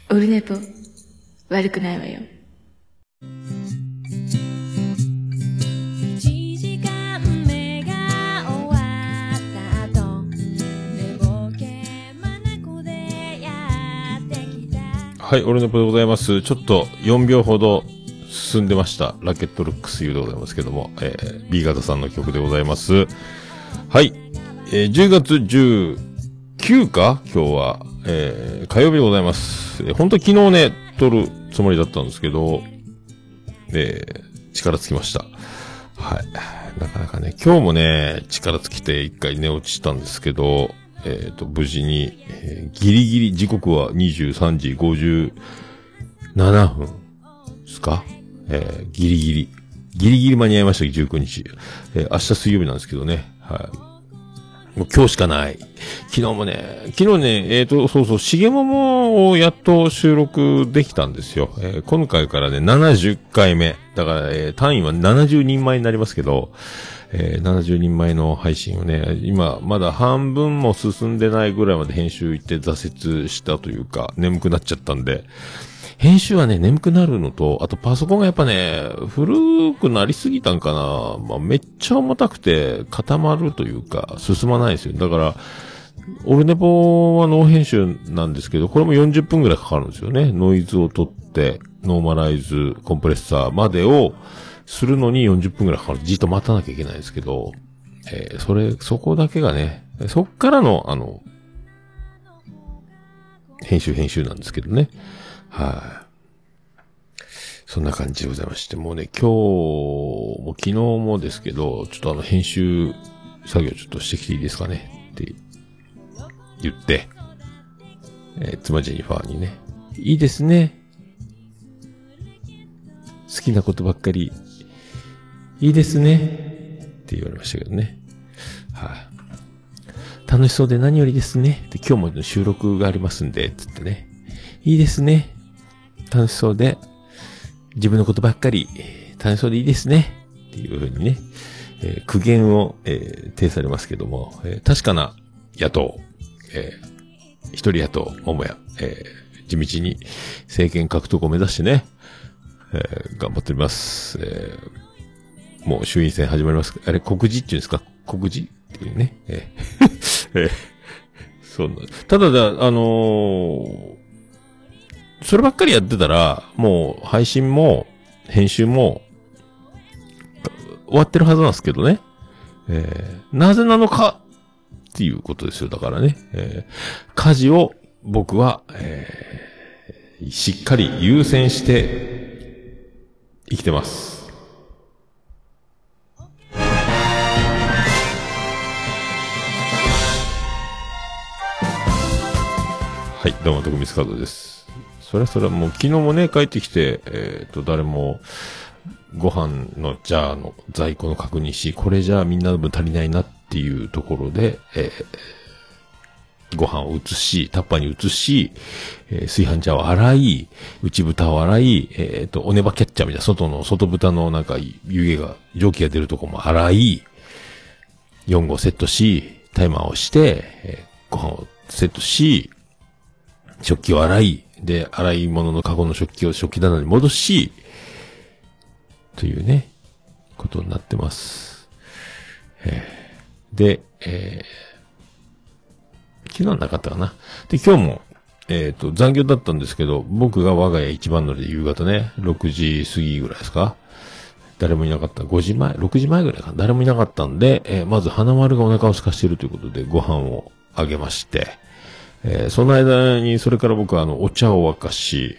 オルネポ悪くないわよ。 はい、オルネポでございます。ちょっと4秒ほど進んでました。ラケットルックス U でございますけども、B 型さんの曲でございます。はい、10月19か今日は、火曜日でございます。本当は昨日ね、撮るつもりだったんですけど、力尽きました。はい。なかなかね、今日もね、力尽きて一回寝落ちしたんですけど、無事に、ギリギリ、時刻は23時57分ですか？ギリギリ間に合いました、19日。明日水曜日なんですけどね。はい。もう今日しかない。昨日ね、そうそう、しげももをやっと収録できたんですよ。今回からね、70回目。だから、単位は70人前になりますけど、70人前の配信をね、今、まだ半分も進んでないぐらいまで編集行って挫折したというか、眠くなっちゃったんで、編集はね、眠くなるのと、あとパソコンがやっぱね、古くなりすぎたんかな。まあ、めっちゃ重たくて固まるというか、進まないですよ。だから、オルネポはノー編集なんですけど、これも40分くらいかかるんですよね。ノイズを取って、ノーマライズ、コンプレッサーまでをするのに40分くらいかかる。じっと待たなきゃいけないんですけど、そこだけがね、そっからの、編集なんですけどね。はい、そんな感じでございまして、もうね、今日も昨日もですけど、ちょっと編集作業ちょっとしてきていいですかねって言って、妻ジェニファーにね、いいですね。好きなことばっかり、いいですね。って言われましたけどね。はい、楽しそうで何よりですね。で、今日も収録がありますんで、つってね。いいですね。楽しそうで、自分のことばっかり、楽しそうでいいですね。っていうふうにね、苦言を、呈されますけども、確かな野党、一人野党、桃屋、地道に政権獲得を目指してね、頑張っております。もう衆院選始まります。あれ、告示っていうんですか？告示っていうね。そうな。ただそればっかりやってたら、もう配信も編集も終わってるはずなんですけどね。なぜなのかっていうことですよ。だからね。家事を僕は、しっかり優先して生きてます。はい、どうも、徳光カードです。それはもう昨日もね、帰ってきて、誰も、ご飯のジャーの在庫の確認し、これじゃあみんなの分足りないなっていうところで、ご飯を移し、タッパーに移し、炊飯ジャーを洗い、内蓋を洗い、おねばキャッチャーみたいな外蓋のなんか蒸気が出るとこも洗い、4号セットし、タイマーをして、ご飯をセットし、食器を洗い、で、洗い物のカゴの食器を食器棚に戻し、というね、ことになってます。で、昨日なかったかな。で、今日も、残業だったんですけど、僕が我が家一番乗りで夕方ね、6時過ぎぐらいですか？誰もいなかった。5時前、6時前ぐらいかな。誰もいなかったんで、まず花丸がお腹を空かしているということで、ご飯をあげまして、その間に、それから僕はお茶を沸かし、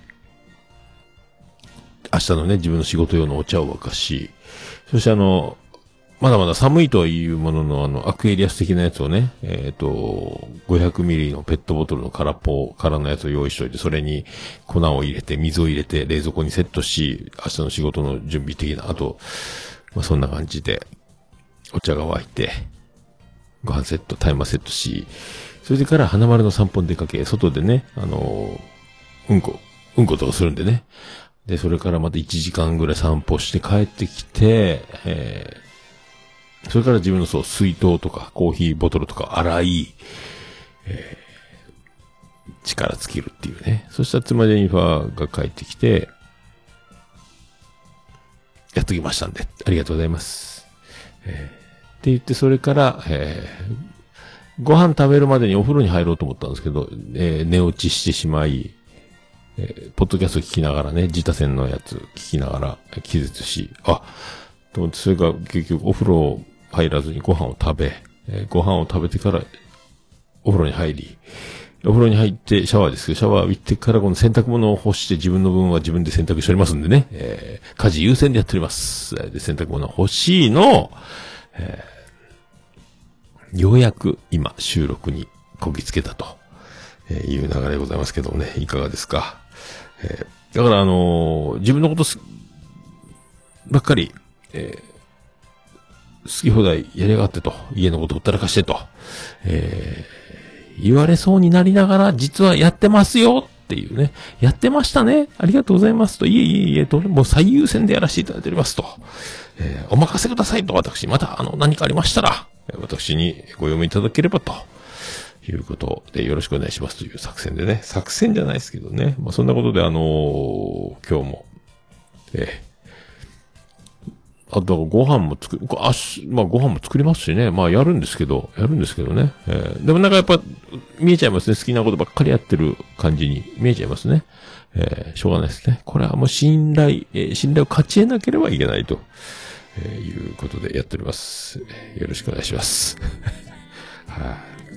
明日のね、自分の仕事用のお茶を沸かし、そしてまだまだ寒いというもののアクエリアス的なやつをね、500ミリのペットボトルの空のやつを用意しといて、それに粉を入れて、水を入れて、冷蔵庫にセットし、明日の仕事の準備的な、あと、まあ、そんな感じで、お茶が沸いて、ご飯セット、タイマーセットし、それから花丸の散歩に出かけ、外でね、うんことかするんでね。で、それからまた1時間ぐらい散歩して帰ってきて、それから自分の水筒とかコーヒーボトルとか洗い、 力尽きるっていうね。そしたら妻ジェニファーが帰ってきて、やっときましたんで、ありがとうございます。って言って、それから、ご飯食べるまでにお風呂に入ろうと思ったんですけど、寝落ちしてしまい、ポッドキャスト聞きながらね、自他戦のやつ聞きながら気絶し、と思って、それが結局お風呂入らずにご飯を食べ、ご飯を食べてからお風呂に入り、お風呂に入ってシャワーですけど、シャワー浴びてからこの洗濯物を干して自分の分は自分で洗濯しておりますんでね、家事優先でやっております。で、洗濯物欲しいの、ようやく今収録にこぎつけたと、いう流れでございますけどもね、いかがですか。だから自分のことばっかり、好き放題やりやがってと、家のことほったらかしてと、言われそうになりながら、実はやってますよっていうね、やってましたね、ありがとうございますと、いえと、もう最優先でやらせていただいておりますと、お任せくださいと、私、また何かありましたら、私にご読みいただければと、いうことでよろしくお願いしますという作戦でね、作戦じゃないですけどね、まあそんなことで今日も、あと、ご飯もまあご飯も作りますしね。まあやるんですけどね。でもなんかやっぱ、見えちゃいますね。好きなことばっかりやってる感じに見えちゃいますね。しょうがないですね。これはもう信頼を勝ち得なければいけないと、いうことでやっております。よろしくお願いします。はい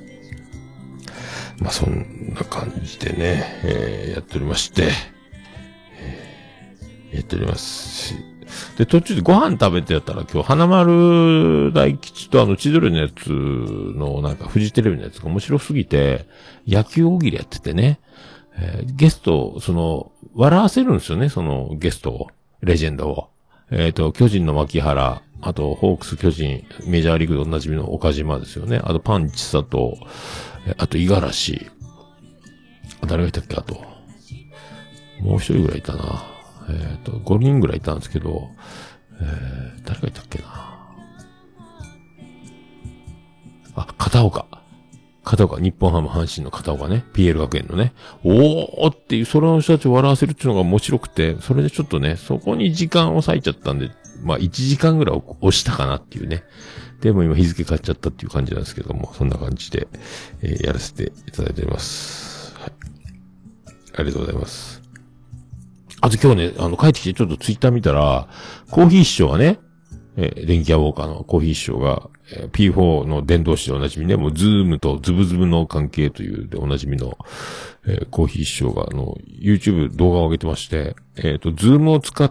。まあそんな感じでね、やっておりまして、やっておりますし、で、途中でご飯食べてやったら今日、花丸大吉と千鳥のやつのなんかフジテレビのやつが面白すぎて、野球大喜利やっててね、ゲスト、笑わせるんですよね、ゲストを、レジェンドを。巨人の牧原、あと、ホークス巨人、メジャーリーグでおなじみの岡島ですよね。あと、パンチ佐藤、あと、五十嵐。誰がいたっけあと。もう一人ぐらいいたな。5人ぐらいいたんですけど、誰がいたっけな。片岡、日本ハム阪神の片岡ね、PL 学園のね、おーっていう、それの人たちを笑わせるっていうのが面白くて、それでちょっとね、そこに時間を割いちゃったんで、まあ1時間ぐらい押したかなっていうね。でも今日付変わっちゃったっていう感じなんですけども、そんな感じで、やらせていただいております。はい。ありがとうございます。あと今日ね、帰ってきてちょっとツイッター見たら、コーヒー師匠がね、電気屋ウォーカーのコーヒー師匠が、P4 の伝道師でおなじみね、もうズームとズブズブの関係というでおなじみの、コーヒー師匠がYouTube 動画を上げてまして、ズームを使って、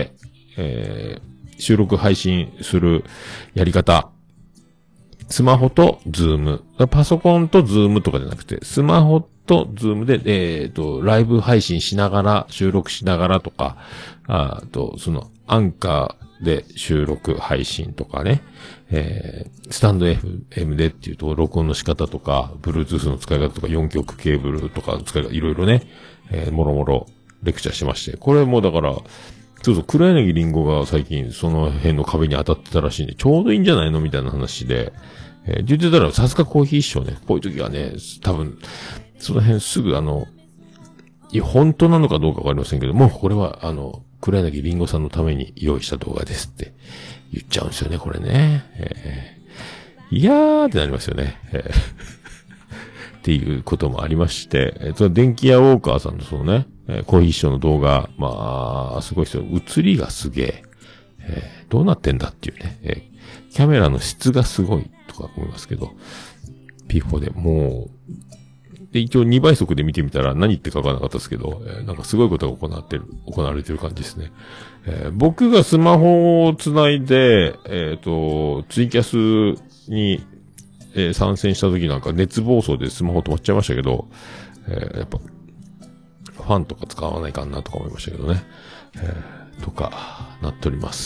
収録配信するやり方。スマホとズーム。パソコンとズームとかじゃなくて、スマホとズームで、ライブ配信しながら、収録しながらとか、アンカーで収録配信とかね、スタンド FM でっていうと、録音の仕方とか、Bluetooth の使い方とか、4極ケーブルとか使い方、いろいろね、もろもろレクチャーしてまして、これもだから、黒柳りんごが最近その辺の壁に当たってたらしいんで、ちょうどいいんじゃないのみたいな話で、言ってたら、さすがコーヒー師匠ね、こういう時はね、多分、その辺すぐ本当なのかどうかわかりませんけども、これは黒柳りんごさんのために用意した動画ですって言っちゃうんですよね、これね。いやーってなりますよね。っていうこともありまして、電気屋ウォーカーさんのコーヒー師匠の動画、まあ、すごいですよ。映りがすげえ。どうなってんだっていうね。キャメラの質がすごいとか思いますけど、P4 でもう、で、一応2倍速で見てみたら何言ってかわからなかったですけど、なんかすごいことが行われてる感じですね。僕がスマホをつないで、ツイキャスに、参戦した時なんか熱暴走でスマホ止まっちゃいましたけど、やっぱ、ファンとか使わないかなとか思いましたけどね。とか、なっております。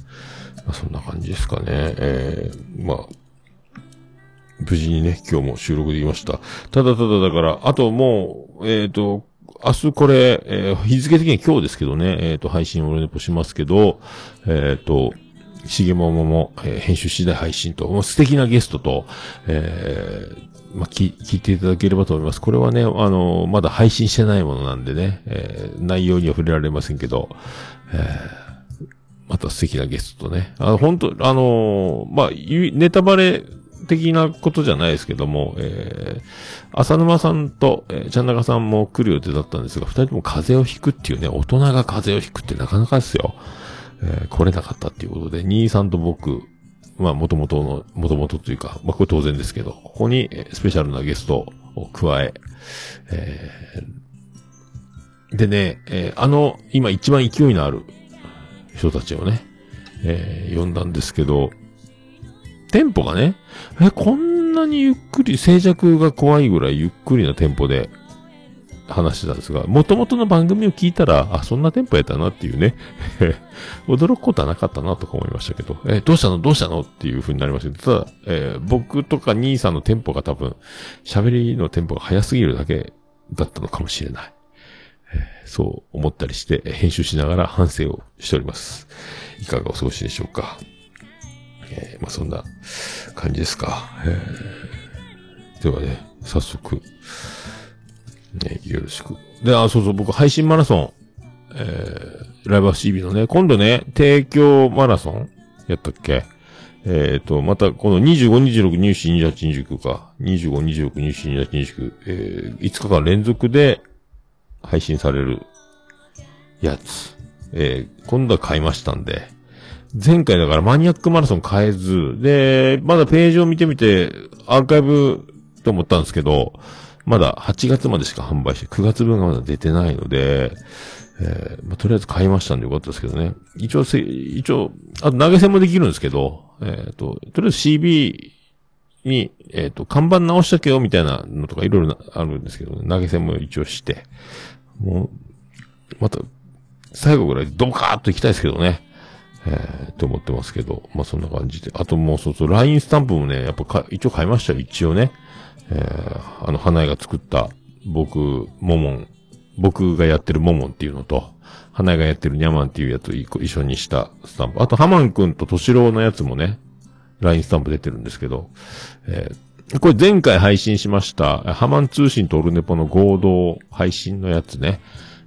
まあ、そんな感じですかね。まあ、無事にね、今日も収録できました。ただだから、あともう、明日これ、日付的には今日ですけどね、配信をレポしますけど、 しげももも、編集次第配信と、もう素敵なゲストと、聞いていただければと思います。これはね、まだ配信してないものなんでね、内容には触れられませんけど、また素敵なゲストとね、本当ネタバレ的なことじゃないですけども、浅沼さんと、ちゃんなかさんも来る予定だったんですが、二人とも風邪をひくっていうね、大人が風邪をひくってなかなかですよ。来れなかったっていうことで、兄さんと僕、元々というか、これ当然ですけど、ここにスペシャルなゲストを加え、でね、今一番勢いのある人たちをね、呼んだんですけど、テンポがね、こんなにゆっくり、静寂が怖いぐらいゆっくりなテンポで話してたんですが、元々の番組を聞いたら、そんなテンポやったなっていうね、驚くことはなかったなとか思いましたけど、どうしたのっていう風になりましたけど、ただ、僕とか兄さんのテンポが多分、喋りのテンポが速すぎるだけだったのかもしれない。そう思ったりして、編集しながら反省をしております。いかがお過ごしでしょうか。そんな感じですか。ではね、早速、よろしく。で、僕、配信マラソン、ライブCBのね、今度ね、提供マラソンやったっけ？また、この25、26、27、28、29か。25、26、27、28、29、5日間連続で配信されるやつ。今度は買いましたんで、前回だからマニアックマラソン変えず、で、まだページを見てみて、アーカイブと思ったんですけど、まだ8月までしか販売して、9月分がまだ出てないので、とりあえず買いましたんでよかったですけどね。一応、あと投げ銭もできるんですけど、とりあえず CB に、看板直したけよみたいなのとかいろいろあるんですけどね、投げ銭も一応して、もう、また、最後ぐらいドカーッと行きたいですけどね。と思ってますけど、そんな感じで。あともうLINE スタンプもね、やっぱ一応買いましたよ、一応ね。花江が作った僕がやってるモモンっていうのと、花江がやってるニャマンっていうやつを一緒にしたスタンプ。あとハマンくんとトシローのやつもね、LINE スタンプ出てるんですけど、これ前回配信しました、ハマン通信とオルネポの合同配信のやつね、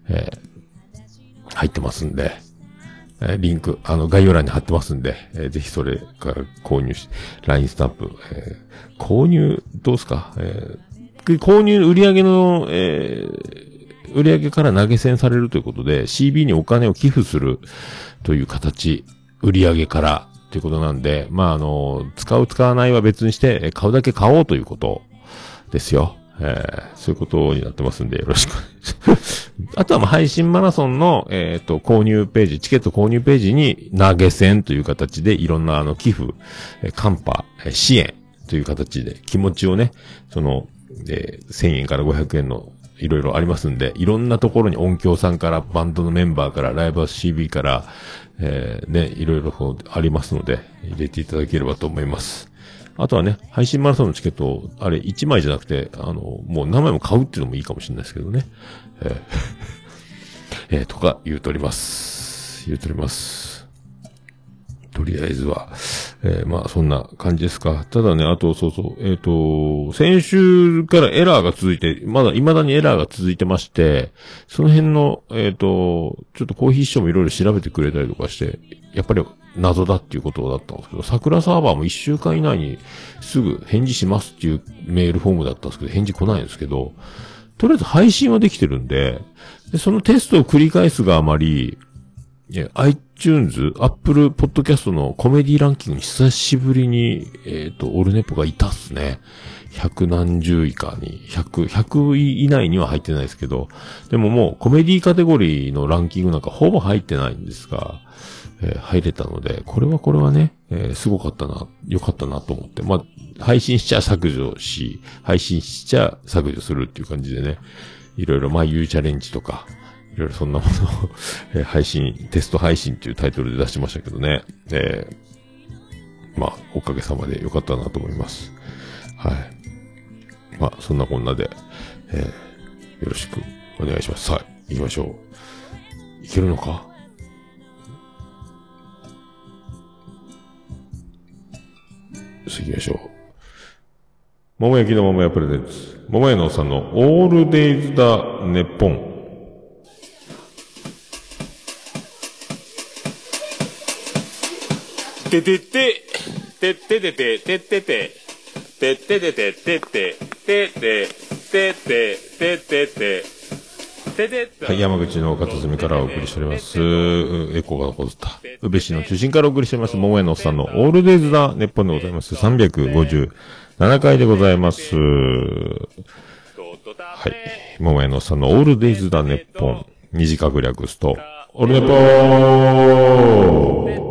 入ってますんで、リンク、概要欄に貼ってますんで、ぜひそれから購入し、LINE スタンプ、購入、どうすか、購入売上の、売上から投げ銭されるということで、CB にお金を寄付するという形、売上からということなんで、使う使わないは別にして、買うだけ買おうということですよ。そういうことになってますんで、よろしく。あとは配信マラソンの、購入ページ、チケット購入ページに投げ銭という形でいろんな寄付、カンパ、支援という形で気持ちをね、1000円から500円のいろいろありますんで、いろんなところに音響さんからバンドのメンバーからライブCBから、いろいろありますので、入れていただければと思います。あとはね、配信マラソンのチケット、あれ1枚じゃなくて、もう何枚も買うっていうのもいいかもしれないですけどね。とか言うとります。とりあえずは、そんな感じですか。ただね、あと、先週からエラーが続いて、未だにエラーが続いてまして、その辺の、ちょっとコーヒー師匠もいろいろ調べてくれたりとかして、やっぱり謎だっていうことだったんですけど、桜サーバーも1週間以内にすぐ返事しますっていうメールフォームだったんですけど、返事来ないんですけど、とりあえず配信はできてるんで、そのテストを繰り返すがあまり、iTunes、Apple Podcast のコメディランキングに久しぶりに、オルネポがいたっすね。100何十以下に、100以内には入ってないですけど、でももうコメディカテゴリーのランキングなんかほぼ入ってないんですが、入れたので、これはね、すごかったな、良かったなと思って、配信しちゃ削除し、配信しちゃ削除するっていう感じでね、いろいろゆうチャレンジとか、いろいろそんなものを、テスト配信っていうタイトルで出してましたけどね。おかげさまで良かったなと思います。はい。そんなこんなで、よろしくお願いします。さあ、行きましょう。いけるのか？ 行きましょう。桃焼きの桃屋プレゼンツ。桃屋のおっさんのオールデイズだネッポン。ててて、てててて、ててて、てててて、ててて、ててて、ててて、はい、山口の片隅からお送りしております。エコーが残った。宇部市の中心からお送りしております。桃屋のおっさんのオールデイズだネッポンでございます。357回でございます。はい。桃屋のおっさんのオールデイズだネッポン。短く略すと、オルネポー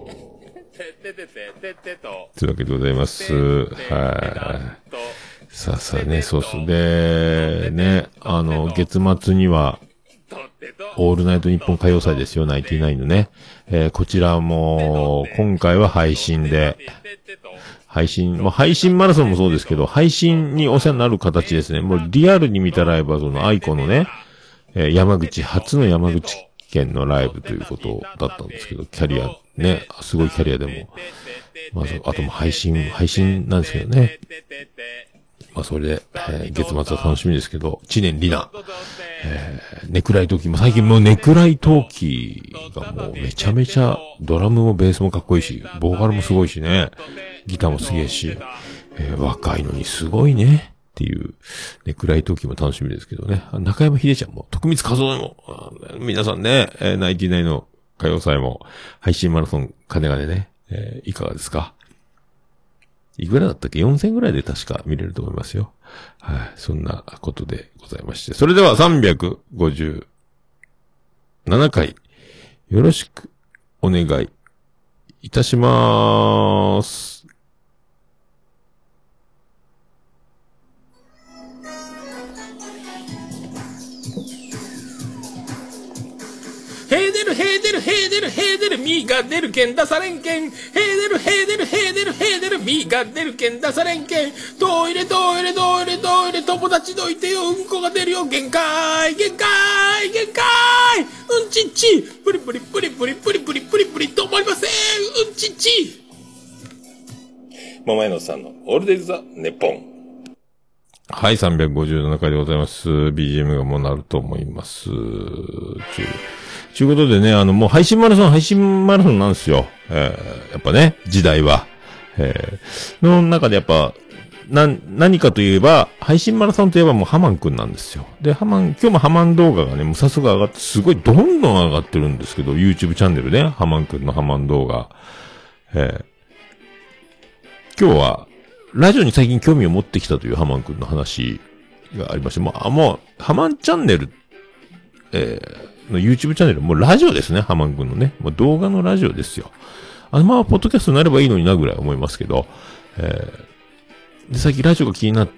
というわけでございます。はい。さあさあね、そうそう。で、ね、月末には、オールナイトニッポン歌謡祭ですよ、ナインティナインのね。こちらも、今回は配信で、配信マラソンもそうですけど、配信にお世話になる形ですね。もうリアルに見たライブはそのアイコのね、初の山口県のライブということだったんですけど、キャリア、ね、すごいキャリアでも、まず、あとも配信なんですけどね。まあそれで、月末は楽しみですけど、知念里奈、ネクライトーキーも最近もうネクライトーキーがもうめちゃめちゃドラムもベースもかっこいいし、ボーカルもすごいしね、ギターもすげえし、若いのにすごいねっていう、ネクライトーキーも楽しみですけどね。中山秀ちゃんも、徳光和夫も、皆さんね、ナインティナインの歌謡祭も、配信マラソン金がね、いかがですか？いくらだったっけ ?4000 ぐらいで確か見れると思いますよ。はい、そんなことでございまして。それでは357回、よろしくお願いいたしまーす。 へーでるへーでるへーでるへーでるみが出るけん出されんけん。へーでるへーでるへーでるへーでるみが出るけん出されんけん。トイレトイレトイレトイレ友達どいてようんこが出るよ限界限界限界うんちっちプリプリプリプリプリプリプリプリ止まりませんうんちっち。 桃屋のさんのオールデイズ・ザ・ネッポン。はい、357回でございます。BGM がもうなると思います。ということでね、もう配信マラソンなんですよ。やっぱね、時代は。の中でやっぱ、何かといえば、配信マラソンといえばもうハマンくんなんですよ。で、今日もハマン動画がね、もう早速上がって、すごいどんどん上がってるんですけど、YouTube チャンネルね、ハマンくんのハマン動画。今日は、ラジオに最近興味を持ってきたというハマンくんの話がありまして、もう、ハマンチャンネル、の YouTube チャンネル、もうラジオですね、ハマンくんのね。もう動画のラジオですよ。ポッドキャストになればいいのになぐらい思いますけど、で、最近ラジオが気になって、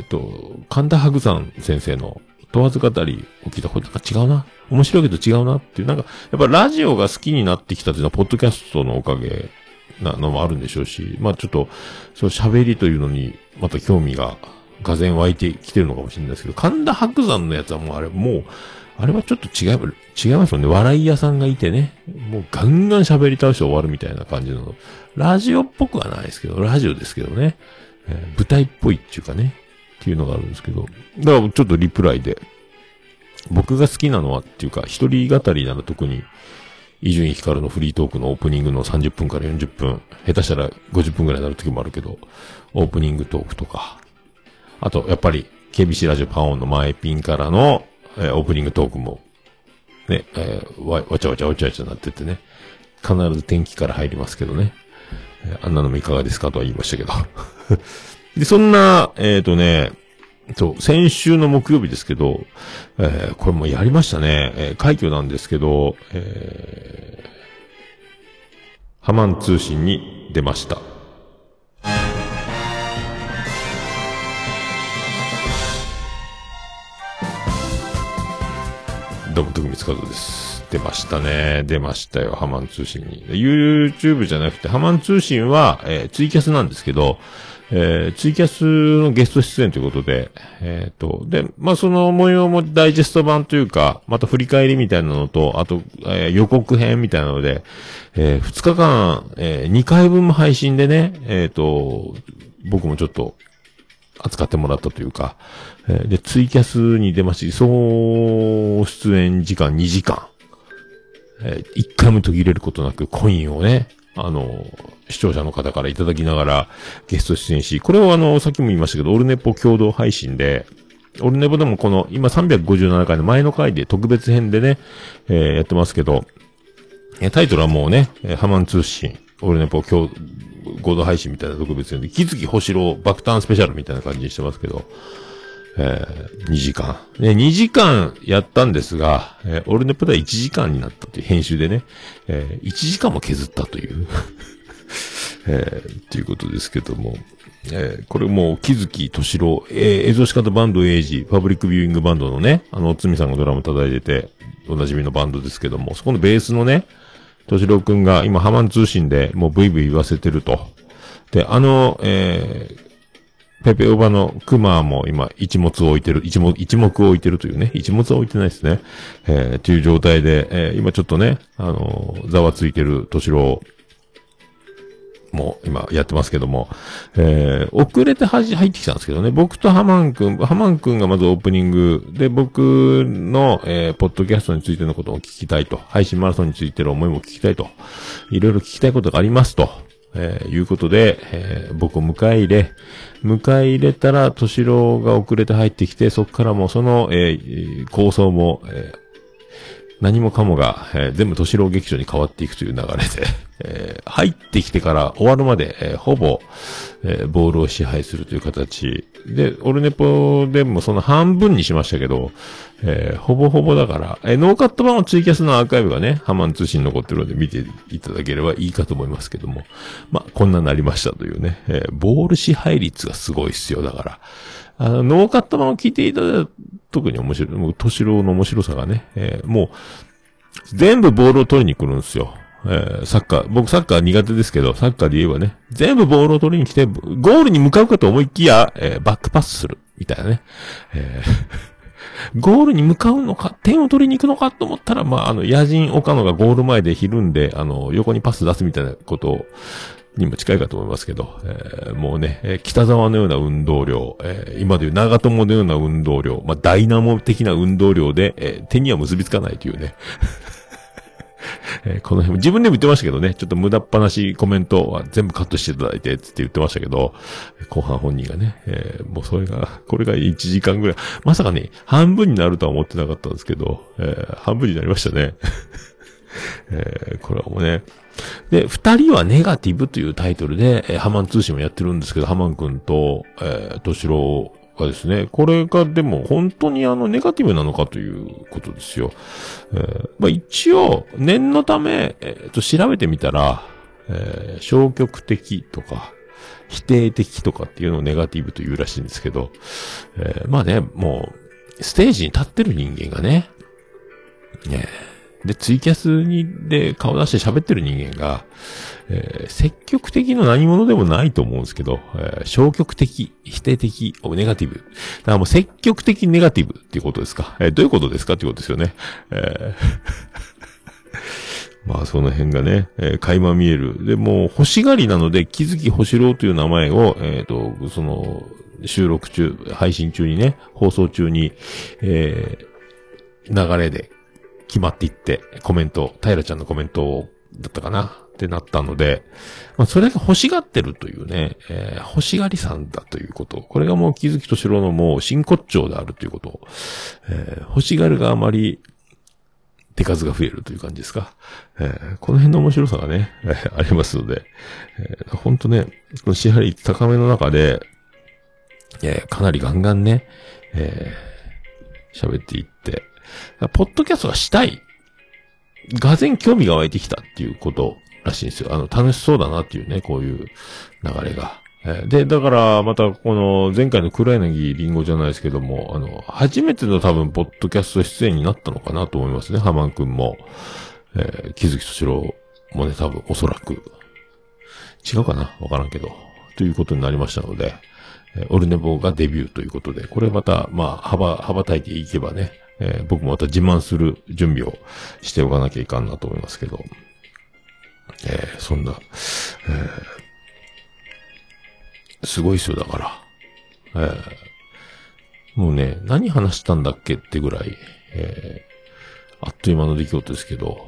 神田伯山先生の問わず語りを聞いたことが違うな。面白いけど違うなっていう、なんか、やっぱラジオが好きになってきたというのは、ポッドキャストのおかげなのもあるんでしょうし、まあちょっと、そう喋りというのに、また興味が、がぜん湧いてきてるのかもしれないですけど、神田伯山のやつはもうあれはちょっと違いますよね。笑い屋さんがいてね、もうガンガン喋り倒して終わるみたいな感じの、ラジオっぽくはないですけど、ラジオですけどね、舞台っぽいっていうかね、っていうのがあるんですけど、だからちょっとリプライで、僕が好きなのはっていうか、一人語りなら特に、伊集院光のフリートークのオープニングの30分から40分、下手したら50分くらいになる時もあるけど、オープニングトークとか、あと、やっぱり、KBC ラジオパオンの前ピンからの、オープニングトークも、ね、わちゃわちゃなっててね、必ず天気から入りますけどね、あんなのもいかがですかとは言いましたけど。で、そんな、先週の木曜日ですけど、これもやりましたね。快挙なんですけど、ハマン通信に出ました。どうも、徳光和夫です。出ましたね。出ましたよ、ハマン通信に。YouTube じゃなくて、ハマン通信は、ツイキャスなんですけど、 ツイキャスのゲスト出演ということで、で、まあ、その模様もダイジェスト版というか、また振り返りみたいなのと、あと、予告編みたいなので、2日間、2回分も配信でね、僕もちょっと、扱ってもらったというか、で、ツイキャスに出まして、総出演時間2時間、1回も途切れることなくコインをね、視聴者の方からいただきながらゲスト出演し、これをさっきも言いましたけど、オルネポ共同配信で、オルネポでもこの、今357回の前の回で特別編でね、やってますけど、タイトルはもうね、ハマン通信、オルネポ共同配信みたいな特別編で、気づき星郎爆誕スペシャルみたいな感じにしてますけど、2時間。2時間やったんですが、オルネポでは1時間になったという編集でね、1時間も削ったという、っていうことですけども、これもう、木月敏郎、映像仕方バンドエイジ、パブリックビューイングバンドのね、つみさんがドラム叩いてて、おなじみのバンドですけども、そこのベースのね、敏郎くんが今ハマン通信でもうブイブイ言わせてると。で、ペペオバのクマも今一目置いてるというね、一目は置いてないですね。という状態で、今ちょっとね、ざわついてる敏郎も今やってますけども、遅れて入ってきたんですけどね、僕とハマンくんがまずオープニングで僕の、ポッドキャストについてのことを聞きたいと、配信マラソンについての思いも聞きたいと、いろいろ聞きたいことがありますと。いうことで、僕を迎え入れたら、敏郎が遅れて入ってきて、そこからもうその、構想も、何もかもが、全部敏郎劇場に変わっていくという流れで、入ってきてから終わるまで、ほぼ、ボールを支配するという形で、オルネポでもその半分にしましたけど、ほぼほぼだから、ノーカット版はツイキャスのアーカイブがね、ハマン通信に残ってるので見ていただければいいかと思いますけども、まあ、こんなになりましたというね、ボール支配率がすごいっすよ、だから。ノーカット版を聞いていただいた特に面白い。もう、敏郎の面白さがね、もう、全部ボールを取りに来るんですよ。僕サッカー苦手ですけど、サッカーで言えばね、全部ボールを取りに来て、ゴールに向かうかと思いきや、バックパスする。みたいなね。ゴールに向かうのか、点を取りに行くのかと思ったら、まあ、野人岡野がゴール前でひるんで、横にパス出すみたいなことにも近いかと思いますけど、もうね、北沢のような運動量、今でいう長友のような運動量、まあ、ダイナモ的な運動量で、手には結びつかないというね。この辺も自分でも言ってましたけどね、ちょっと無駄っぱなしコメントは全部カットしていただいて、つって言ってましたけど、後半本人がね、もうこれが1時間ぐらい、まさかね、半分になるとは思ってなかったんですけど、半分になりましたね。これはもうね、で、二人はネガティブというタイトルで、ハマン通信もやってるんですけど、ハマン君と、敏郎がですね、これがでも本当にネガティブなのかということですよ。まあ一応、念のため、調べてみたら、消極的とか、否定的とかっていうのをネガティブというらしいんですけど、まあね、もう、ステージに立ってる人間がね、で、ツイキャスで顔出して喋ってる人間が、積極的の何者でもないと思うんですけど、消極的、否定的、ネガティブ。だからもう積極的ネガティブっていうことですか。どういうことですかっていうことですよね。まあその辺がね、垣間見える。で、もう欲しがりなので、木月星郎という名前を、その、収録中、配信中にね、放送中に、流れで、決まっていって、平ちゃんのコメントだったかなってなったので、まあ、それが欲しがってるというね、欲しがりさんだということ。これがもう木月敏郎のもう真骨頂であるということ。欲しがるがあまり、手数が増えるという感じですか。この辺の面白さがね、ありますので、ほんとね、この支配率高めの中で、かなりガンガンね、喋っていって、ポッドキャストがしたい。がぜん興味が湧いてきたっていうことらしいんですよ。楽しそうだなっていうね、こういう流れが。で、だから、また、この、前回の黒柳りんごじゃないですけども、初めての多分、ポッドキャスト出演になったのかなと思いますね。ハマン君も、木月敏郎もね、多分、おそらく。違うかなわからんけど。 ということになりましたので、オルネボがデビューということで、これまた、まあ、羽ばたいていけばね、僕もまた自慢する準備をしておかなきゃいかんなと思いますけど、そんな、すごいっすよ、だから。もうね、何話したんだっけってぐらい、あっという間の出来事ですけど、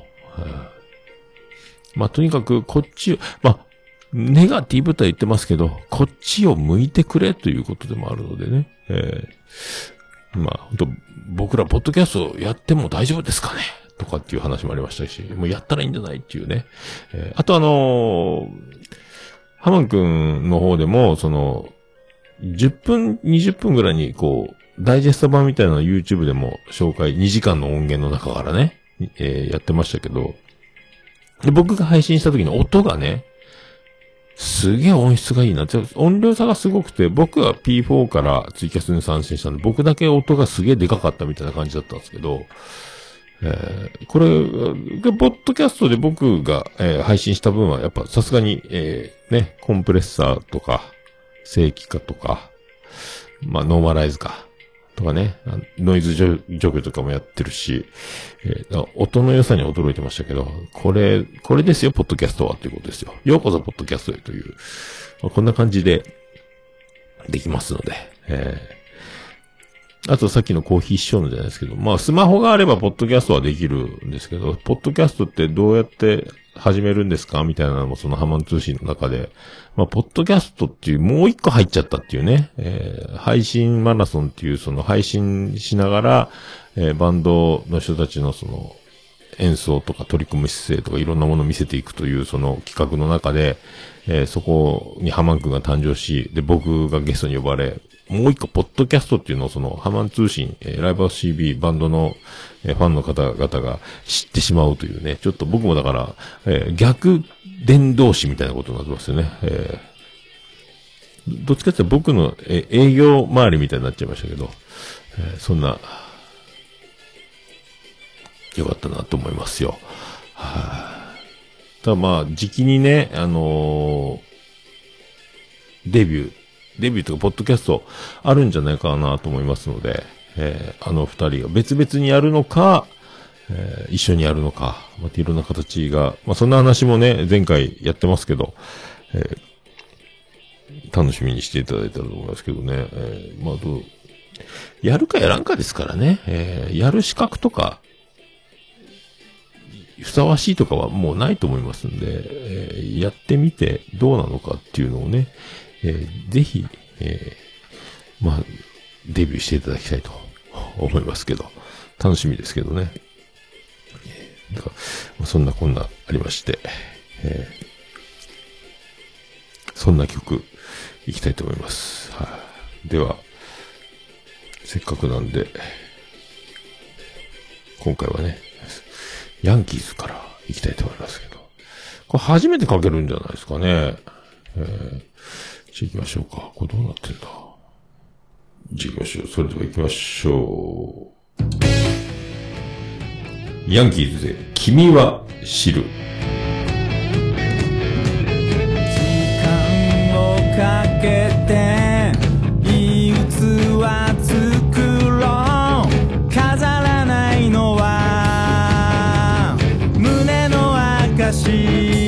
まあ、とにかくこっちを、まあ、ネガティブとは言ってますけど、こっちを向いてくれということでもあるのでね、まあ、本当僕らポッドキャストやっても大丈夫ですかねとかっていう話もありましたし、もうやったらいいんじゃないっていうね。あとハマン君の方でも、10分、20分ぐらいにこう、ダイジェスト版みたいなの YouTube でも紹介、2時間の音源の中からね、やってましたけど、で僕が配信した時の音がね、すげえ音質がいいなって、音量差がすごくて、僕は P4 からツイキャスに参戦したんで、僕だけ音がすげえでかかったみたいな感じだったんですけど、これ、ポッドキャストで僕が、配信した分は、やっぱさすがに、ね、コンプレッサーとか、正規化とか、まあ、ノーマライズか、とかね、ノイズ除去とかもやってるし、音の良さに驚いてましたけど、これですよ、ポッドキャストはということですよ。ようこそ、ポッドキャストへという、こんな感じで、できますので、あとさっきのコーヒー師匠のじゃないですけど、まあスマホがあればポッドキャストはできるんですけど、ポッドキャストってどうやって始めるんですかみたいなのもそのハマン通信の中で、まあポッドキャストっていうもう一個入っちゃったっていうね、配信マラソンっていうその配信しながら、バンドの人たちのその演奏とか取り組む姿勢とかいろんなものを見せていくというその企画の中で、そこにハマン君が誕生し、で僕がゲストに呼ばれ、もう一個、ポッドキャストっていうのをその、ハマン通信、ライブハウス CB バンドの、ファンの方々が知ってしまうというね、ちょっと僕もだから、逆伝道師みたいなことになってますよね。どっちかっていうと僕の、営業周りみたいになっちゃいましたけど、そんな、よかったなと思いますよ。ただまあ、時期にね、デビューとか、ポッドキャストあるんじゃないかなと思いますので、二人が別々にやるのか、一緒にやるのか、またいろんな形が、まあそんな話もね、前回やってますけど、楽しみにしていただいたらと思いますけどね、まあやるかやらんかですからね、やる資格とか、ふさわしいとかはもうないと思いますんで、やってみてどうなのかっていうのをね、ぜひ、まあ、デビューしていただきたいと思いますけど、楽しみですけどね。だからそんなこんなありまして、そんな曲、いきたいと思います。では、せっかくなんで、今回はね、ヤンキーズからいきたいと思いますけど、これ初めてかけるんじゃないですかね。じゃあ行きましょうか。これどうなってんだ。じゃあ行きましょう。それでは行きましょう。ヤンキーズで、君は知る。 時間をかけて、いい器作ろう。飾らないのは、胸の証。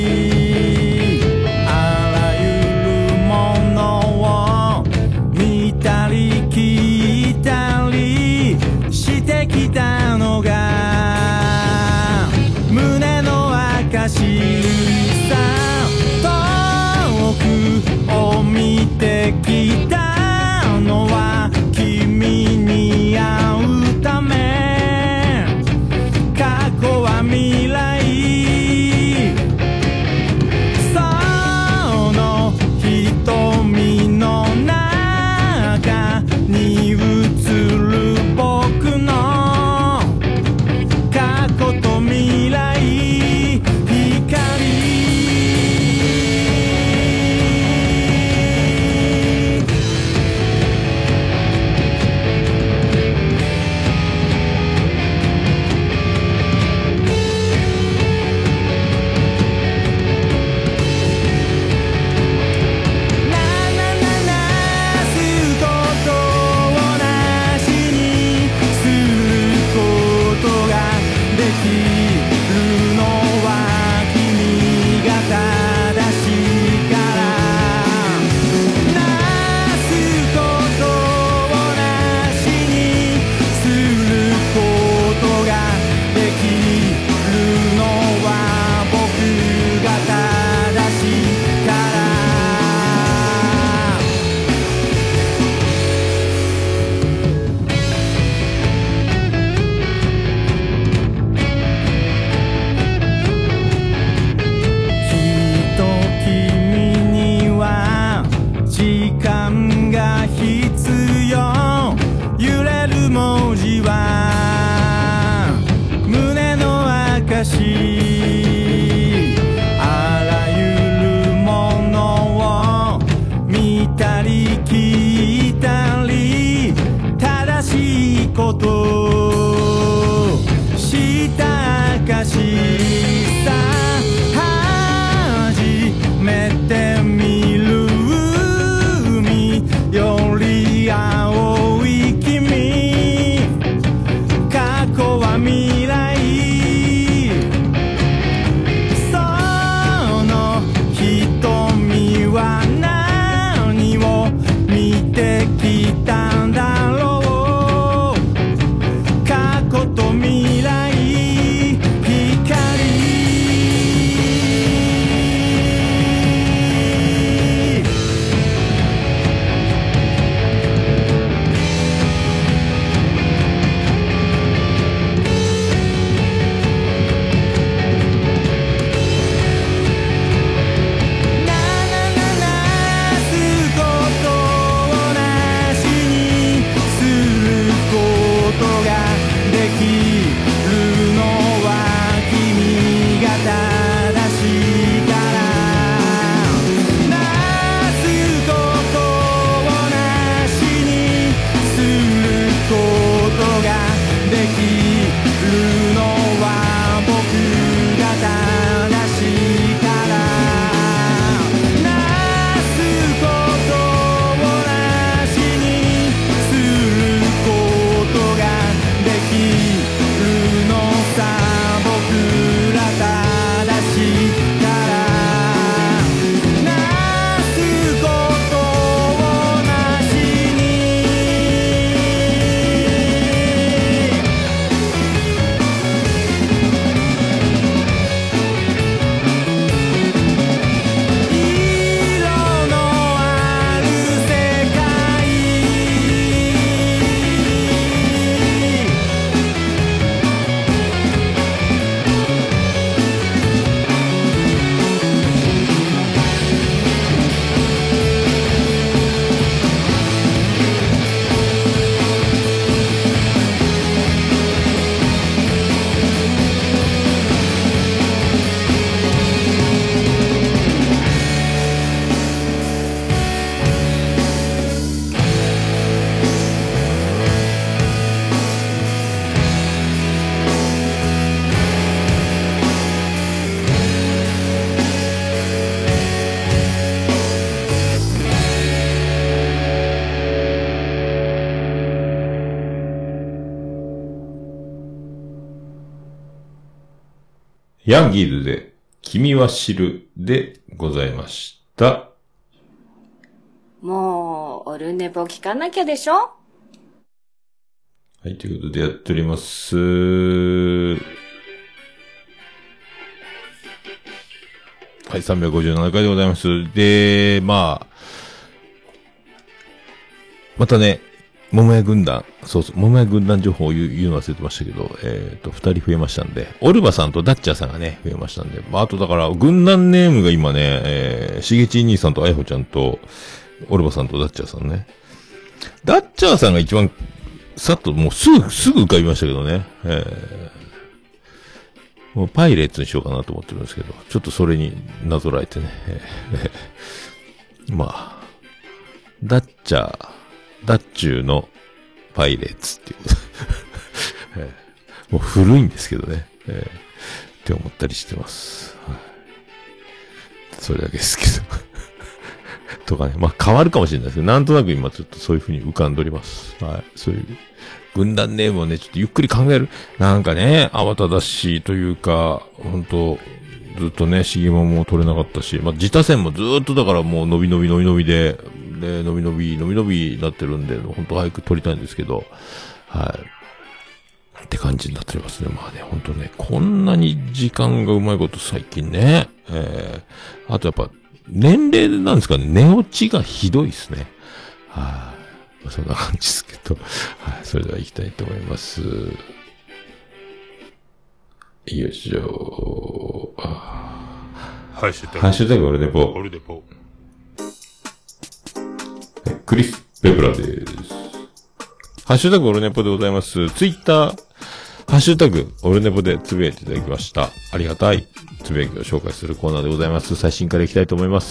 感が必要。揺れる文字は胸の証。あらゆるものを見たり聞いたり、正しいことした証さ。初めて見る海より青い君。過去は未来。その瞳は何を見てきたんだろう。過去と未来光。 ヤンギールで、君は知るでございました。 もう、オルネポ聞かなきゃでしょ？ はい、ということでやっております。はい、357回でございます。で、またね、桃屋軍団、そうそう、桃屋軍団情報を言うの忘れてましたけど、2人増えましたんで、オルバさんとダッチャーさんがね、増えましたんで、あとだから、軍団ネームが今ね、しげち兄さんとあやほちゃんと、オルバさんとダッチャーさんね。ダッチャーさんが一番、さっともうすぐ浮かびましたけどね、もうパイレーツにしようかなと思ってるんですけど、ちょっとそれになぞらえてね、ダッチャーのパイレーツっていうこともう古いんですけどね、って思ったりしてます。はい、それだけですけど。とかね、変わるかもしれないですけど、なんとなく今ちょっとそういう風に浮かんでおります。はい。そういう、軍団ネームをね、ちょっとゆっくり考える。なんかね、慌ただしいというか、本当ずっとね、シギマも取れなかったし、自他戦もずっとだからもう伸びで、伸びなってるんで、本当早く取りたいんですけど、はい。って感じになっておりますね。本当ね、こんなに時間がうまいこと最近ね、あとやっぱ、年齢なんですかね、寝落ちがひどいですね。はい、そんな感じですけど、はい、それでは行きたいと思います。よいしょ。ハッシュタグオルデポ。 クリス・ペプラです。ハッシュタグオルネポでございます。ツイッター、ハッシュタグオルネポでつぶやいていただきました。ありがたいつぶやきを紹介するコーナーでございます。最新からいきたいと思います。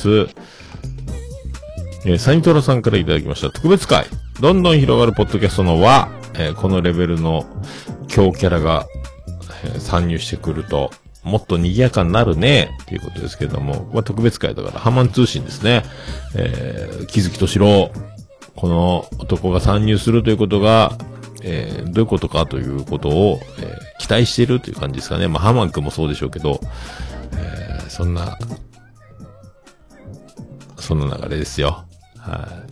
サニトラさんからいただきました。特別会。どんどん広がるポッドキャストの輪。このレベルの強キャラが、参入してくると、もっと賑やかになるね、っていうことですけども、まあ、特別会だから、ハマン通信ですね。木月敏郎。この男が参入するということが、どういうことかということを、期待しているという感じですかね。まあ、ハマン君もそうでしょうけど、そんな流れですよ。はい。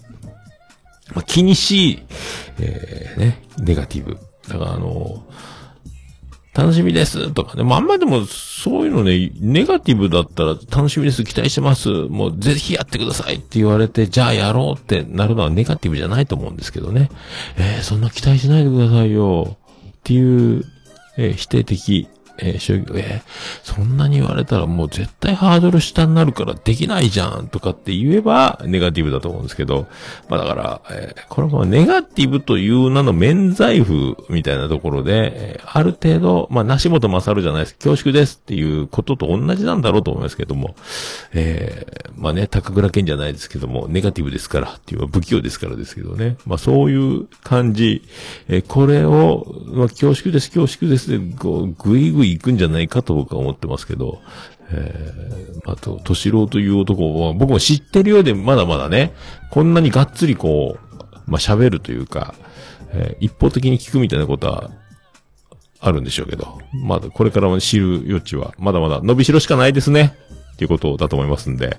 まあ、気にしい、ね、ネガティブ。だから楽しみですとかね。まあ、あんまでもそういうのね、ネガティブだったら楽しみです、期待してます、もうぜひやってくださいって言われて、じゃあやろうってなるのはネガティブじゃないと思うんですけどね。そんな期待しないでくださいよっていう、否定的、そんなに言われたらもう絶対ハードル下になるからできないじゃんとかって言えばネガティブだと思うんですけど、まあだから、これもネガティブという名の免罪符みたいなところで、ある程度、まあ梨本勝じゃないです。恐縮ですっていうことと同じなんだろうと思いますけども、まあね、高倉健じゃないですけども、ネガティブですからっていう不器用ですからですけどね。まあそういう感じ、これを、まあ恐縮ですで、こう、ぐいぐい行くんじゃないかと僕は思ってますけど、あと、敏郎という男は僕も知ってるようでまだまだね、こんなにがっつりこう、まあ、喋るというか、一方的に聞くみたいなことはあるんでしょうけど、まだこれからも知る余地はまだまだ伸びしろしかないですね、っていうことだと思いますんで、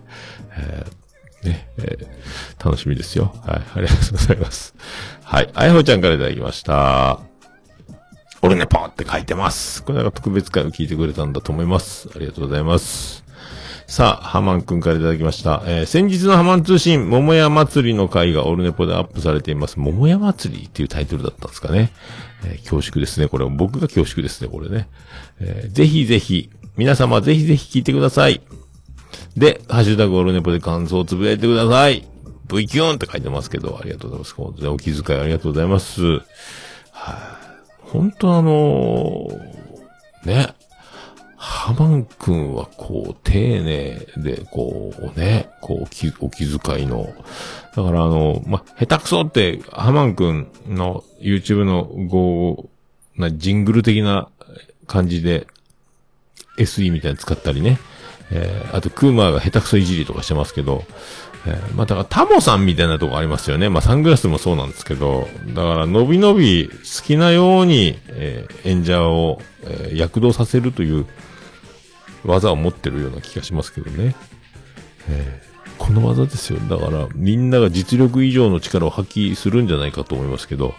楽しみですよ。はい、ありがとうございます。はい、あやほちゃんからいただきました。オルネポって書いてます。これが特別会を聞いてくれたんだと思います。ありがとうございます。さあ、ハマンくんからいただきました。先日のハマン通信、桃屋祭りの回がオルネポでアップされています。桃屋祭りっていうタイトルだったんですかね。恐縮ですね。これ僕が恐縮ですね、これね。ぜひぜひ、皆様ぜひぜひ聞いてください。で、ハッシュタグオルネポで感想をつぶやいてください。V キューンって書いてますけど、ありがとうございます。本当にお気遣いありがとうございます。はい、本当ね、ハマン君はこう、丁寧で、こうね、こう、お気遣いの。だから下手くそって、ハマン君の YouTube のジングル的な感じで、SE みたいなの使ったりね。あと、クーマーが下手くそいじりとかしてますけど、まあ、だからタモさんみたいなとこありますよね。まあ、サングラスもそうなんですけど、だから、のびのび好きなように、演者を、躍動させるという技を持ってるような気がしますけどね。この技ですよ。だから、みんなが実力以上の力を発揮するんじゃないかと思いますけど、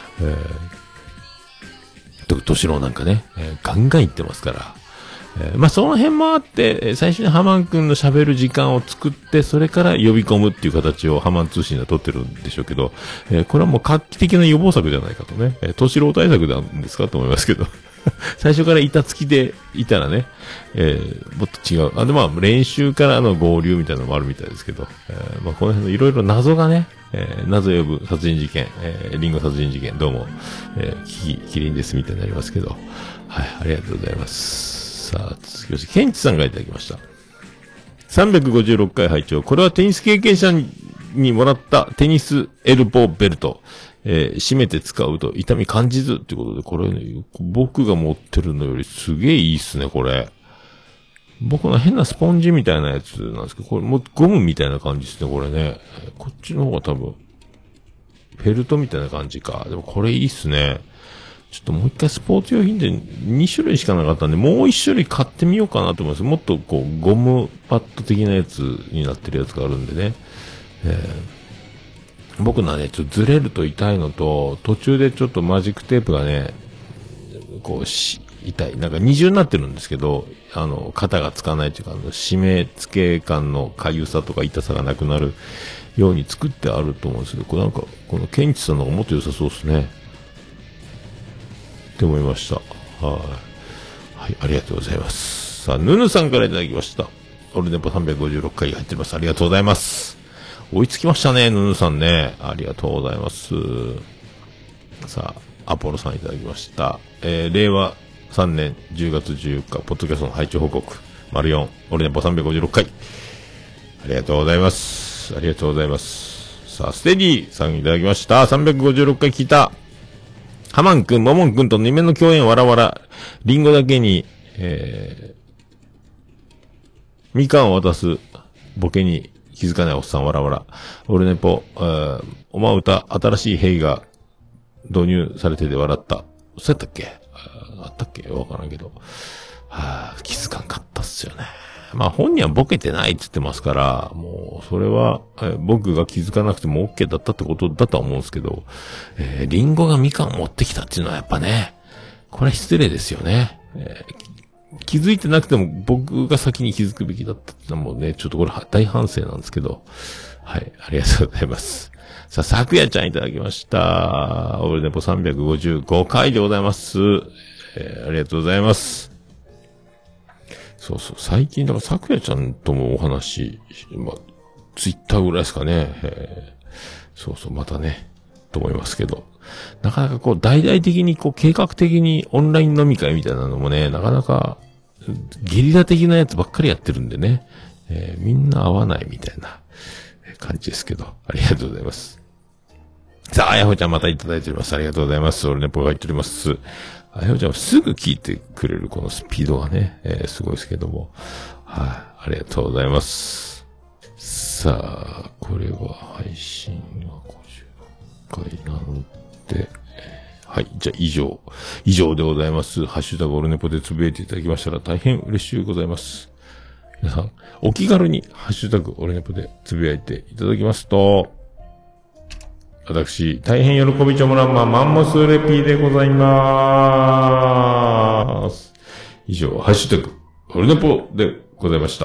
敏郎なんかね、ガンガン言ってますから、まあ、その辺もあって、最初にハマン君の喋る時間を作って、それから呼び込むっていう形をハマン通信では取ってるんでしょうけど、これはもう画期的な予防策じゃないかとね、敏郎対策なんですかと思いますけど、最初から板付きでいたらね、もっと違う。で、まあ、練習からの合流みたいなのもあるみたいですけど、まあ、この辺のいろいろ謎がね、謎呼ぶ殺人事件、リンゴ殺人事件、どうも、キリンですみたいになりますけど、はい、ありがとうございます。さあ、続きまして、ケンチさんがいただきました。356回拝聴。これはテニス経験者にもらったテニスエルボーベルト。締めて使うと痛み感じずってことで、これね、僕が持ってるのよりすげえいいっすね、これ。僕の変なスポンジみたいなやつなんですけど、これもうゴムみたいな感じですね、これね。こっちの方が多分、フェルトみたいな感じか。でもこれいいっすね。ちょっともう一回スポーツ用品で2種類しかなかったんで、もう1種類買ってみようかなと思います。もっとこう、ゴムパッド的なやつになってるやつがあるんでね。僕のはね、ちょっとずれると痛いのと、途中でちょっとマジックテープがね、こう痛い。なんか二重になってるんですけど、肩がつかないというか、締め付け感の痒さとか痛さがなくなるように作ってあると思うんですけど、これなんか、このケンチさんの方がもっと良さそうですね。って思いました。はい、ありがとうございます。さあ、ヌヌさんからいただきました。オルネポ356回入ってます。ありがとうございます。 追いつきましたね、ヌヌさんね。ありがとうございます。さあ、アポロさんいただきました。令和3年10月14日、ポッドキャストの配置報告、丸4、俺ねぽ356回。ありがとうございます。ありがとうございます。さあ、ステディさんいただきました。356回聞いた。ハマンくん、モモンくんと2面の共演わらわら、リンゴだけに、みかんを渡すボケに気づかないおっさんわらわら。俺ねぽ、おま歌、新しい兵が導入されてて笑った。そうやったっけ？あったっけわからんけど。気づかんかったっすよね。まあ本人はボケてないって言ってますから、もうそれは、僕が気づかなくても OK だったってことだとは思うんですけど、リンゴがみかん持ってきたっていうのはやっぱね、これは失礼ですよね。気づいてなくても僕が先に気づくべきだったってのはもうね、ちょっとこれ大反省なんですけど、はい、ありがとうございます。さあ、さくやちゃんいただきました。オールネポ355回でございます。ありがとうございます。そうそう、最近、だから、さくやちゃんともお話、まあ、ツイッターぐらいですかね。そうそう、またね、と思いますけど。なかなかこう、大々的にこう、計画的にオンライン飲み会みたいなのもね、なかなか、ゲリラ的なやつばっかりやってるんでね、みんな会わないみたいな感じですけど、ありがとうございます。さあ、あやほちゃんまたいただいております。ありがとうございます。俺ね、ポが言っております。あやほちゃんはすぐ聞いてくれるこのスピードがね、すごいですけども。はい、ありがとうございます。さあ、これは配信は56回なんで、はい、じゃあ以上でございます。ハッシュタグオルネポでつぶやいていただきましたら大変嬉しいございます。皆さん、お気軽にハッシュタグオルネポでつぶやいていただきますと、私、大変喜びちょもらんま、マンモスレピーでございまーす。以上、ハッシュタグ、オルネポでございました。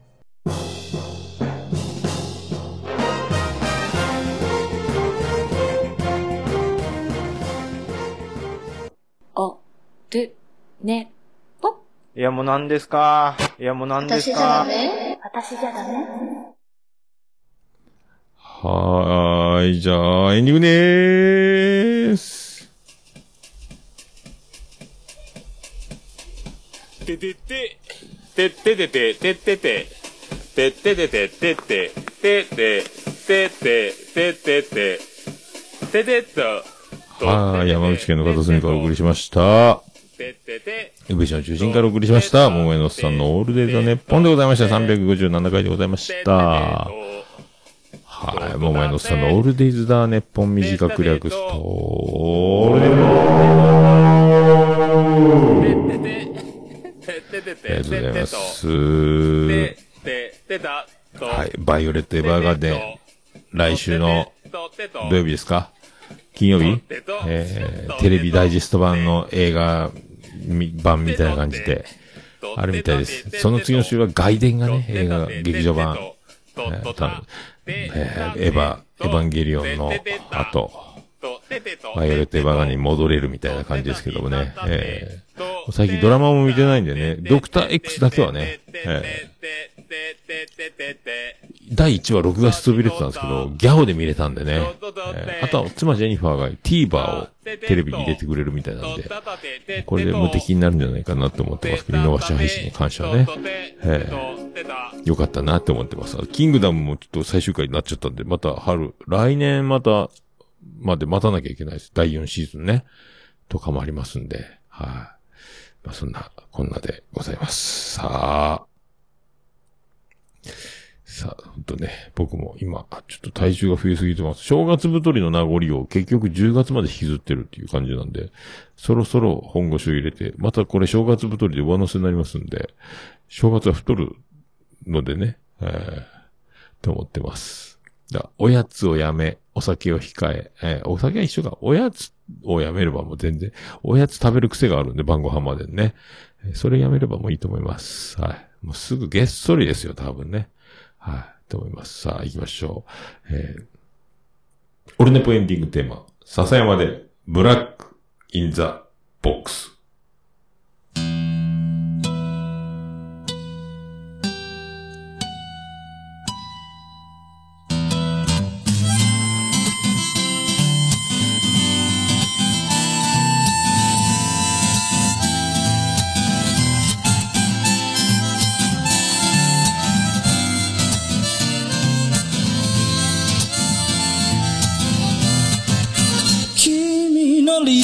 お、る、ね、ぽ。 いやもう何ですか？いやもう何ですか？ 私じゃダメ？ はーい、じゃあ、エンディングでーす。 ててて、てててて、ててて、てててて、てて、てて、てて、ててて、ててと。 はい、山口県の片隅からお送りしました。宇部市の中心からお送りしました。桃江のおっさんのオールデイザネッポンでございました。357回でございました。はい、桃江のおっさんのオールデイズだネッポン短く略すと、オールデイズありがとうございます。はい、バイオレットエヴァーガーデン、来週の土曜日ですか？金曜日テレビダイジェスト版の映画版みたいな感じで、あるみたいです。その次の週は外伝がね、映画劇場版、エヴァンゲリオンの後、バイオレットエヴァーガーに戻れるみたいな感じですけどもね。最近ドラマも見てないんでね、ドクター X だけはね、第1話録画しそびれてたんですけど、ギャオで見れたんでね。あとは妻ジェニファーが TVer をテレビに入れてくれるみたいなんで、これで無敵になるんじゃないかなって思ってますけど、見逃し配信に関してはね。よかったなって思ってます。キングダムもちょっと最終回になっちゃったんで、また来年まで待たなきゃいけないです。第4シーズンね。とかもありますんで、はい。まあそんな、こんなでございます。さあ、ほんとね、僕も今、ちょっと体重が増えすぎてます。正月太りの名残を結局10月まで引きずってるっていう感じなんで、そろそろ本腰を入れて、またこれ正月太りで上乗せになりますんで、正月は太るのでね、と思ってます。おやつをやめ、お酒を控え、お酒は一緒か、おやつをやめればもう全然、おやつ食べる癖があるんで、晩ご飯までね。それやめればもういいと思います。はい。もうすぐげっそりですよ、多分ね。はい。と思います。さあ、行きましょう。オルネポエンディングテーマ、笹山で、ブラックインザボックス。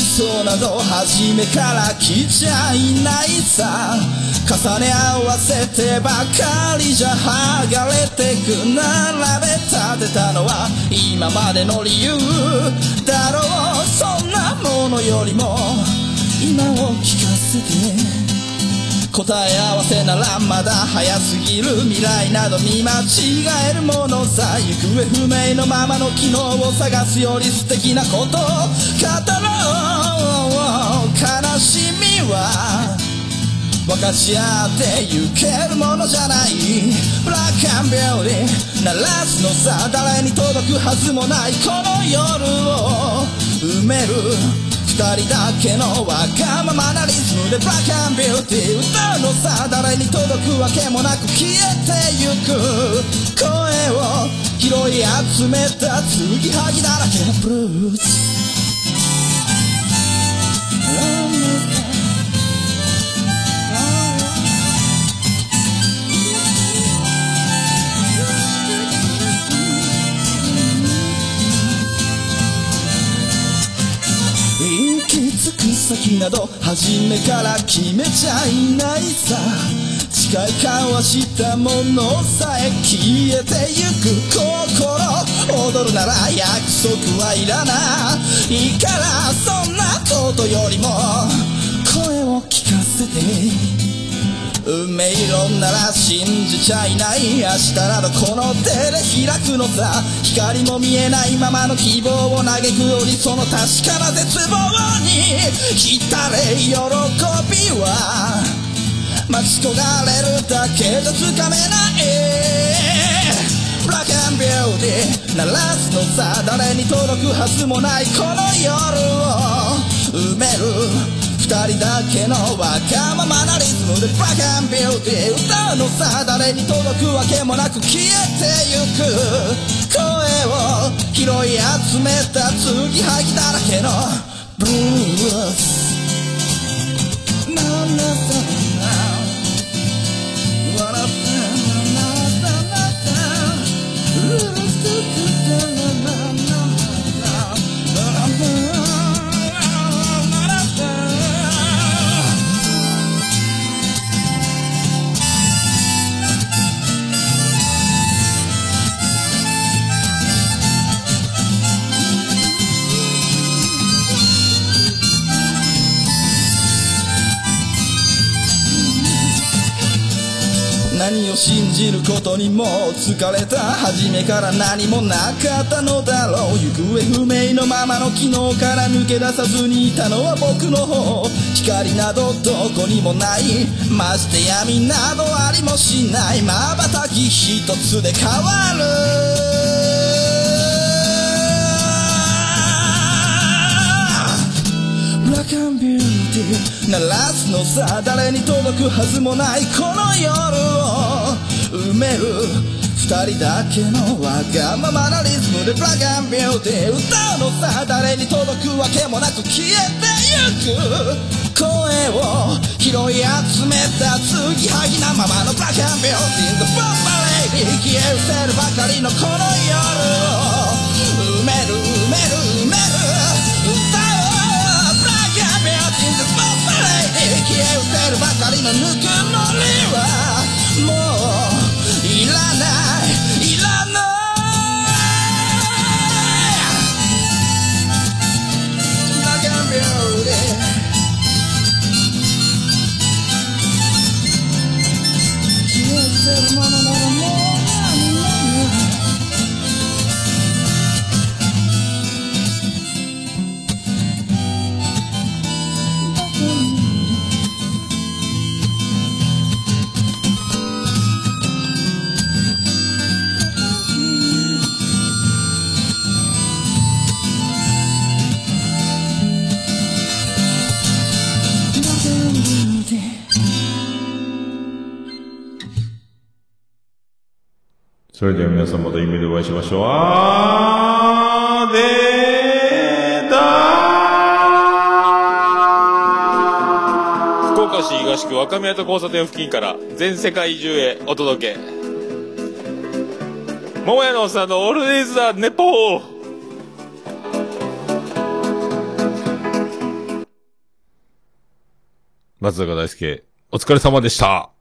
想など初めから来ちゃいないさ。重ね合わせてばかりじゃ剥がれてく。並べ立てたのは今までの理由だろう。そんなものよりも今を聞かせて。答え合わせならまだ早すぎる。未来など見間違えるものさ。行方不明のままの昨日を探すより素敵なことを語ろう。悲しみは分かち合ってゆけるものじゃない。ブラックアンビューティー鳴らすのさ。誰に届くはずもないこの夜を埋める。二人だけのわがままなリズムでブラックアンビューティー歌うのさ。誰に届くわけもなく消えてゆく。声を拾い集めた継ぎはぎだらけのブルース。先など初めから決めちゃいないさ。誓い交わしたものさえ消えてゆく。心踊るなら約束はいらないから。そんなことよりも声を聞かせて。運命論なら信じちゃいない。明日などこの手で開くのさ。光も見えないままの希望を嘆くよりその確かな絶望に浸れ喜びは待ち焦がれるだけじゃつかめない。ブラックアンビューティー鳴らすのさ。誰に届くはずもないこの夜を埋める。二人だけのわがままなリズムでブラックアンビューティー歌うのさ。誰に届くわけもなく消えてゆく。声を拾い集めた継ぎはぎだらけのブルース。何を信じることにも疲れた。初めから何もなかったのだろう。行方不明のままの昨日から抜け出さずにいたのは僕の方。光などどこにもない。まして闇などありもしない。瞬き一つで変わる。ブラックアンビューティー鳴らすのさ。誰に届くはずもないこの夜を埋める。二人だけのわがままなリズムでブラックアンビューティー歌うのさ。誰に届くわけもなく消えてゆく。声を拾い集めた継ぎはぎなままのブラックアンビューティーフォーバレイディ消え失せるばかりのこの夜を埋める埋める埋める。消え失せるばかりのぬくもりはもういらないいらない。Like a beauty消え失せるものならもうそれでは皆さんまた夢でお会いしましょう。あーでーだー。福岡市東区若宮と交差点付近から全世界中へお届け。桃屋のおっさんのオールディーズ・ザ・ネポー。 松坂大輔、お疲れ様でした。